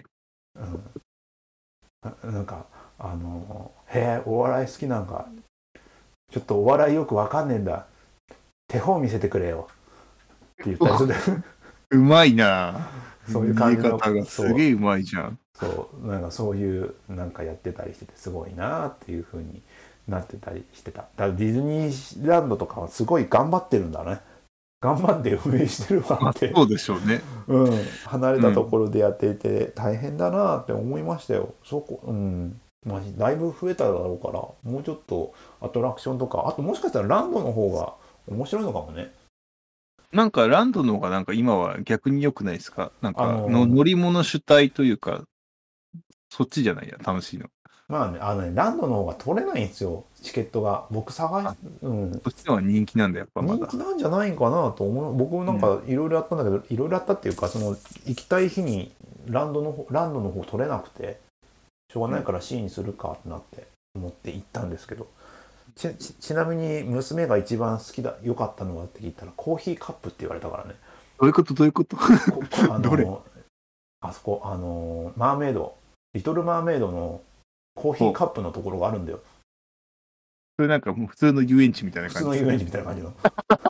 S1: うん、な, なんかあのへえお笑い好きなんかちょっとお笑いよくわかんねえんだ手本見せてくれよって言ったりする。
S2: うまいな。
S1: そういう感じの
S2: 方がすげえうまいじゃん。
S1: そうなんかそういうなんかやってたりしててすごいなっていう風になってたりしてた。だからディズニーランドとかはすごい頑張ってるんだね。頑張って運営してるわって。
S2: そうでしょうね。
S1: うん、離れたところでやっていて大変だなって思いましたよ。そこ、うん。 まあ、だいぶ増えただろうから、もうちょっとアトラクションとか、あともしかしたらランドの方が面白いのかもね。
S2: なんかランドの方がなんか今は逆に良くないですか？なんか
S1: あの
S2: の乗り物主体というか、そっちじゃないや、楽しいの。
S1: まあね、あのね、ランドの方が取れないんですよ、チケットが。僕探
S2: あ、
S1: し、うん。
S2: そっちの方が人気なんだ、やっぱまだ。
S1: 人気なんじゃないかなと思う。僕もなんかいろいろやったんだけど、いろいろやったっていうか、その、行きたい日にランドの方、ランドの方取れなくて、しょうがないから C にするかってなって思って行ったんですけど、ち, ち, ちなみに娘が一番好きだ良かったのはって聞いたらコーヒーカップって言われたからね。
S2: どういうことどういうこと
S1: ここあ
S2: どれ？
S1: のあそこあのマーメイドリトルマーメイドのコーヒーカップのところがあるんだよ。
S2: それなんかもう普通の遊園地みたいな
S1: 普
S2: 感じ。
S1: 通の遊園地みたいな感じの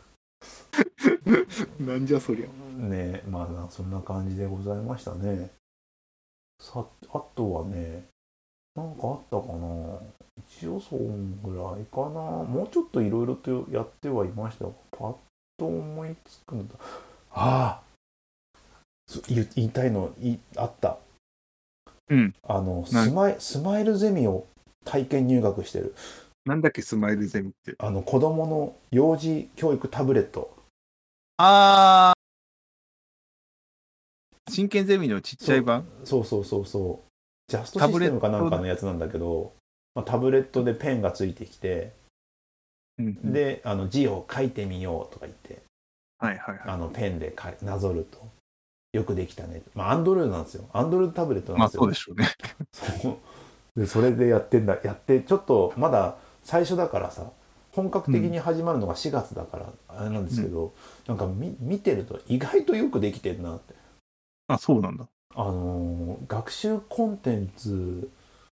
S2: なんじゃそりゃ。
S1: ね。まあそんな感じでございましたね。さあとはね、なんかあったかな。一応そんぐらいかな。もうちょっといろいろとやってはいましたが、パッと思いつくんだ。ああ言いたいのいあった。
S2: うん。
S1: あのスマイスマイルゼミを体験入学してる。
S2: なんだっけ、スマイルゼミって。
S1: あの子供の幼児教育タブレット。
S2: あー、真剣ゼミのちっちゃい版？
S1: そうそうそうそう。ジャストシステムかなんかのやつなんだけど、まあ、タブレットでペンがついてきて、
S2: うんうん、
S1: であの字を書いてみようとか言って、
S2: はいはいはい、
S1: あのペンでかなぞるとよくできたね。まあアンドロイドなんですよ。アンドロイドタブレットなんですよ。
S2: まあそうでしょうね。
S1: そうでそれでやってんだやってちょっとまだ最初だからさ、本格的に始まるのがしがつだからあれなんですけど、うん、なんかみ見てると意外とよくできてるなって。
S2: あ、そうなんだ。
S1: あのー、学習コンテンツ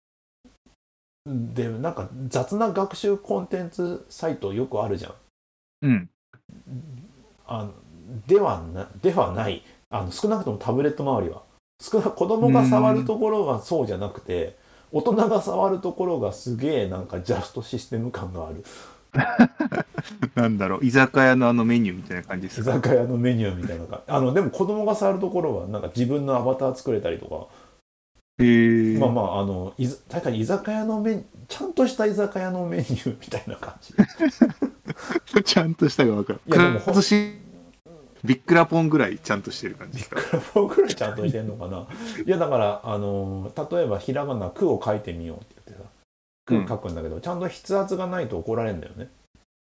S1: でなんか雑な学習コンテンツサイトよくあるじゃん。
S2: うん。
S1: あではなではないあの少なくともタブレット周りは少な子供が触るところがそうじゃなくて、大人が触るところがすげえなんかジャストシステム感がある。
S2: なんだろう、居酒屋のあのメニューみたいな感じですか？
S1: 居酒屋のメニューみたいな感じ。あのでも子供が触るところはなんか自分のアバター作れたりとか。
S2: へー。
S1: まあまああのい確かに居酒屋のメちゃんとした居酒屋のメニューみたいな感じ。
S2: ちゃんとしたが分かる。いやでもほんとしビックラポンぐらいちゃんとしてる感じですか？
S1: ビックラポンぐらいちゃんとしてるのかな。いやだからあの例えばひらがな「く」を書いてみようって言ってさ「く」書くんだけど、うん、ちゃんと筆圧がないと怒られるんだよね。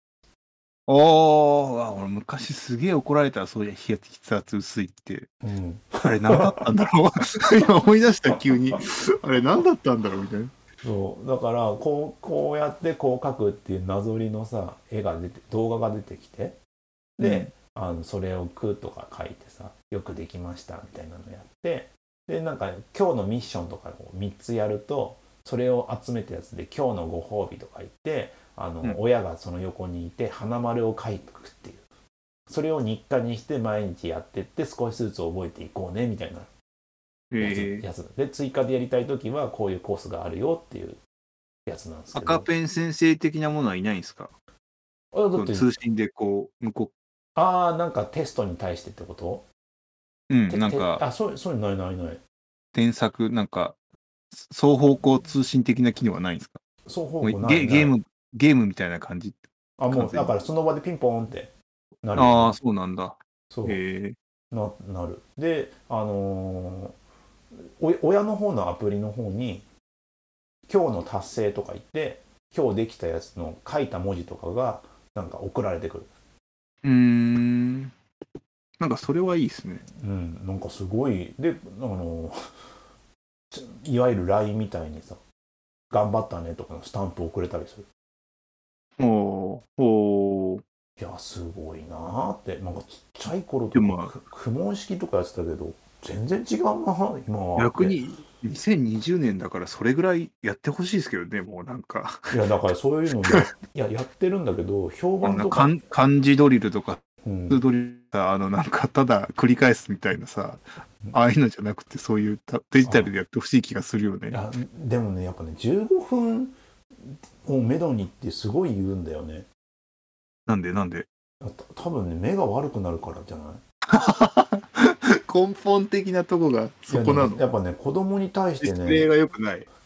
S2: おー、俺昔すげえ怒られた。そういや筆圧薄いって、うん、あれ何だったんだろう今思い出した急にあれ何だったんだろうみたいな。
S1: そうだからこうこうやってこう書くっていうなぞりのさ絵が出て動画が出てきて、で、うん、あのそれを「く」とか書いてさよくできましたみたいなのやって、でなんか今日のミッションとかをみっつやるとそれを集めたやつで今日のご褒美とか言ってあの、うん、親がその横にいて花丸を書いてくっていう、それを日課にして毎日やってって少しずつ覚えていこうねみたいなやつ、やつで追加でやりたいときはこういうコースがあるよっていうやつなんですけど。
S2: 赤ペン先生的なものはいないんですか？あだって通信でこう向こう
S1: ああなんかテストに対してってこと？
S2: うんなんか
S1: あそうそういうのないないない。
S2: 添削なんか双方向通信的な機能はないんですか？
S1: 双方向ないない。
S2: ゲームゲームみたいな感じ。
S1: あもうだからその場でピンポーンってなる、
S2: ね。ああそうなんだ。
S1: そうへななる。であのー、親の方のアプリの方に今日の達成とか言って今日できたやつの書いた文字とかがなんか送られてくる。
S2: うーんなんかそれはいいですね。
S1: うんなんかすごいであのいわゆる ライン みたいにさ頑張ったねとかのスタンプ送れたりする。
S2: おお
S1: いやすごいなーって。なんかちっちゃい頃とか苦問式とかやってたけど全然違うな今は。
S2: 逆ににせんにじゅうねんだからそれぐらいやってほしいですけどね。もうなんか
S1: いやだからそういうのやいややってるんだけど評判とか
S2: 漢字ドリルとか普通ドリルあのなんかただ繰り返すみたいなさ、ああいうのじゃなくてそういうデジタルでやってほしい気がするよね。
S1: いやでもねやっぱねじゅうごふんをめどにってすごい言うんだよね。
S2: なんでなんで
S1: 多分ね目が悪くなるからじゃない
S2: 根本的なとこがそこなの。
S1: やっぱね子供に対してね
S2: 姿勢が良くない。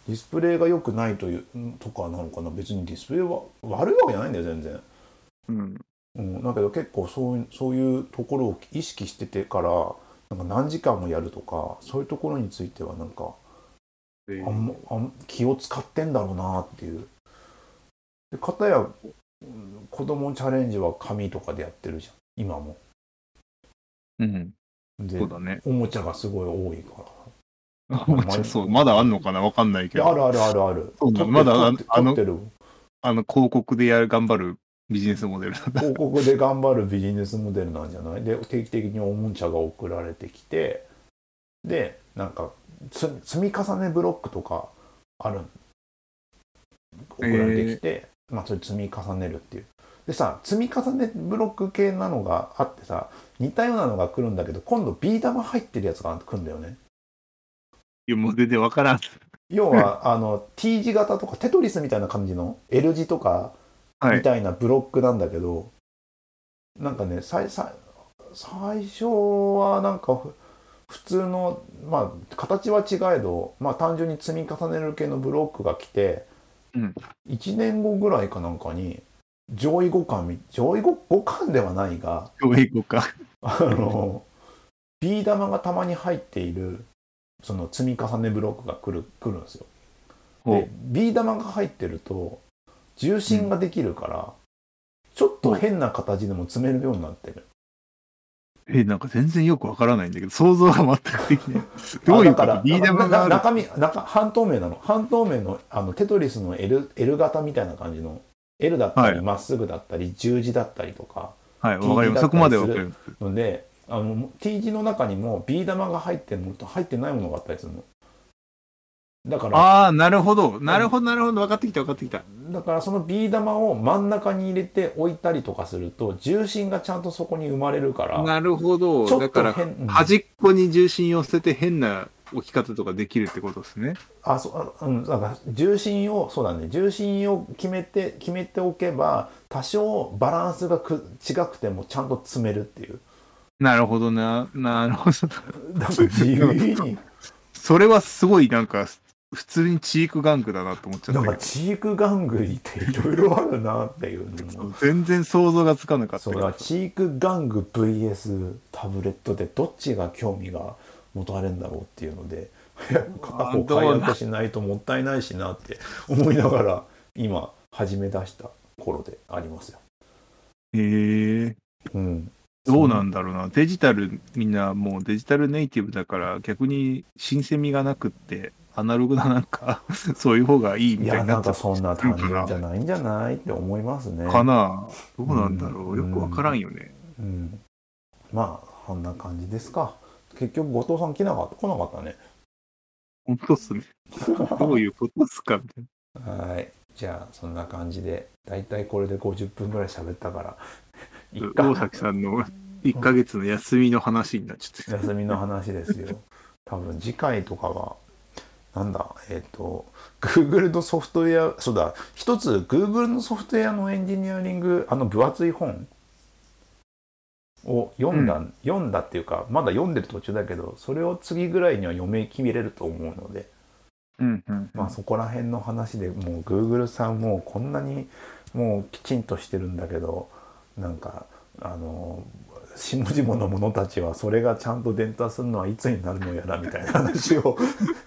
S1: ディスプレイが良くないというとかなのかな。別にディスプレイは悪いわけじゃないんだよ全然。
S2: うん
S1: うん、だけど結構そういうそういうところを意識しててからなんか何時間もやるとかそういうところについてはなんか
S2: えー
S1: あんまあん気を使ってんだろうなっていう。で片やうん子供チャレンジは紙とかでやってるじゃん今も。
S2: うん
S1: で
S2: そうだね。
S1: おもちゃがすごい多いから
S2: あもちろんそう、まだあんのかなわかんないけど。
S1: いやあるあるあるある
S2: そうなの
S1: 撮って
S2: まだあ
S1: 撮って
S2: あの
S1: 撮ってる
S2: あの広告でやる頑張るビジネスモデルなんだ。
S1: 広告で頑張るビジネスモデルなんじゃない。で定期的におもちゃが送られてきてでなんかつ積み重ねブロックとかある送られてきて、まあそれ積み重ねるっていうでさ積み重ねブロック系なのがあってさ似たようなのが来るんだけど今度ビー玉入ってるやつが来るんだよね。
S2: いや、もう全然わからん。
S1: 要はあの T 字型とかテトリスみたいな感じの L 字とか
S2: はい。
S1: みたいなブロックなんだけど、なんかね最最最初はなんかふ普通のまあ形は違えどまあ単純に積み重ねる系のブロックが来て、
S2: うん。
S1: いちねんごぐらいかなんかに上位互換み上位互互換ではないが
S2: 教育か。
S1: あのビー玉がたまに入っているその積み重ねブロックが来る来るんですよ。でビー玉が入ってると重心ができるから、ちょっと変な形でも積めるようになってる。
S2: え、なんか全然よくわからないんだけど、想像が全くできない。どういうこと？ビー玉がある。
S1: 中身中半透明なの。半透明のあのテトリスの L, L 型みたいな感じの L だったりま、はい、っすぐだったり十字だったりとか、
S2: はい、わかります。そこまでわかります。
S1: ので、あの T 字の中にもビー玉が入ってるものと入ってないものがあったりするの。だから
S2: ああ、なるほどなるほどなるほど、分かってきた分かってきた。
S1: だからそのビー玉を真ん中に入れて置いたりとかすると重心がちゃんとそこに生まれるから。
S2: なるほど。だから端っこに重心を捨てて変な置き方とかできるってことですね。
S1: あ、そう、うん、だから重心をそうだね重心を決めて決めておけば多少バランスがく違くてもちゃんと詰めるっていう。
S2: なるほどななるほど。
S1: だから自由に
S2: それはすごいなんか普通にチーク玩具だなと思っちゃった。
S1: なんかチーク玩具っていろいろあるなっていうのも
S2: 全然想像がつかなかった。
S1: そうだチーク玩具 ブイエス タブレットでどっちが興味が持たれるんだろうっていうので片方解約しないともったいないしなって思いながら今始め出した頃でありますよ。
S2: へえ、うん、どうなんだろうな。デジタルみんなもうデジタルネイティブだから逆に新鮮味がなくってアナログななんかそういう方がいいみたいになっちゃう。いやなんか
S1: そんな単純じゃないんじゃないって思いますね。
S2: かな。どうなんだろう、うん、よくわからんよね、
S1: うんうん、まあこんな感じですか。結局後藤さん来なかった来なかったね。
S2: 本当っすね。どういうことっすかみたい
S1: な。はいじゃあそんな感じでだいたいこれでごじゅっぷんぐらい喋ったから
S2: 大崎さんのいっかげつの休みの話になっちゃって、
S1: 休みの話ですよ。多分次回とかはなんだえっ、ー、と Google のソフトウェアそうだ一つ Google のソフトウェアのエンジニアリングあの分厚い本を読んだ、うん、読んだっていうかまだ読んでる途中だけどそれを次ぐらいには読み切れると思うので、
S2: うんうんうん、
S1: まあそこら辺の話でもう Google さんもうこんなにもうきちんとしてるんだけどなんかあの下々の者たちはそれがちゃんと伝達するのはいつになるのやらみたいな話を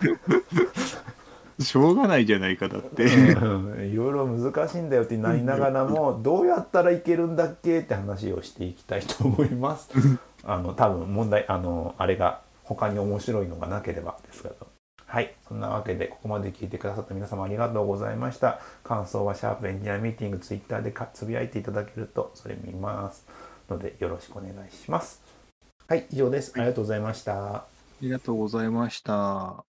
S2: しょうがないじゃないかだって、
S1: うん、いろいろ難しいんだよってなりながらもどうやったらいけるんだっけって話をしていきたいと思います。あの多分問題あのあれが他に面白いのがなければですけど。はい。そんなわけで、ここまで聞いてくださった皆様ありがとうございました。感想はシャープエンジニアミーティング、ツイッターでつぶやいていただけると、それ見ますので、よろしくお願いします。はい、以上です。ありがとうございました。
S2: ありがとうございました。